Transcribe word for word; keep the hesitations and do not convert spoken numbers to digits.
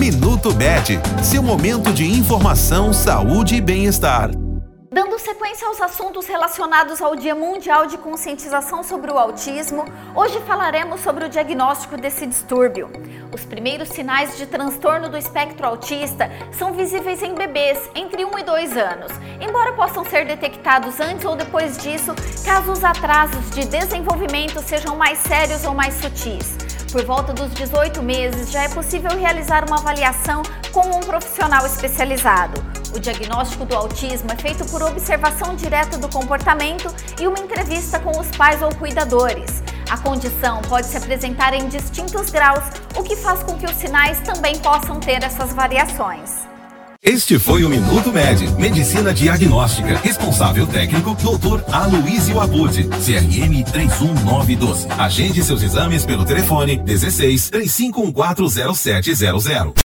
Minuto Med, seu momento de informação, saúde e bem-estar. Dando sequência aos assuntos relacionados ao Dia Mundial de Conscientização sobre o Autismo, hoje falaremos sobre o diagnóstico desse distúrbio. Os primeiros sinais de transtorno do espectro autista são visíveis em bebês entre um e dois anos, embora possam ser detectados antes ou depois disso, caso os atrasos de desenvolvimento sejam mais sérios ou mais sutis. Por volta dos dezoito meses, já é possível realizar uma avaliação com um profissional especializado. O diagnóstico do autismo é feito por observação direta do comportamento e uma entrevista com os pais ou cuidadores. A condição pode se apresentar em distintos graus, o que faz com que os sinais também possam ter essas variações. Este foi o Minuto Med, Medicina Diagnóstica. Responsável técnico, doutor Aloysio Abud, C R M três um nove um dois. Agende seus exames pelo telefone dezesseis, três cinco um quatro, zero sete zero zero.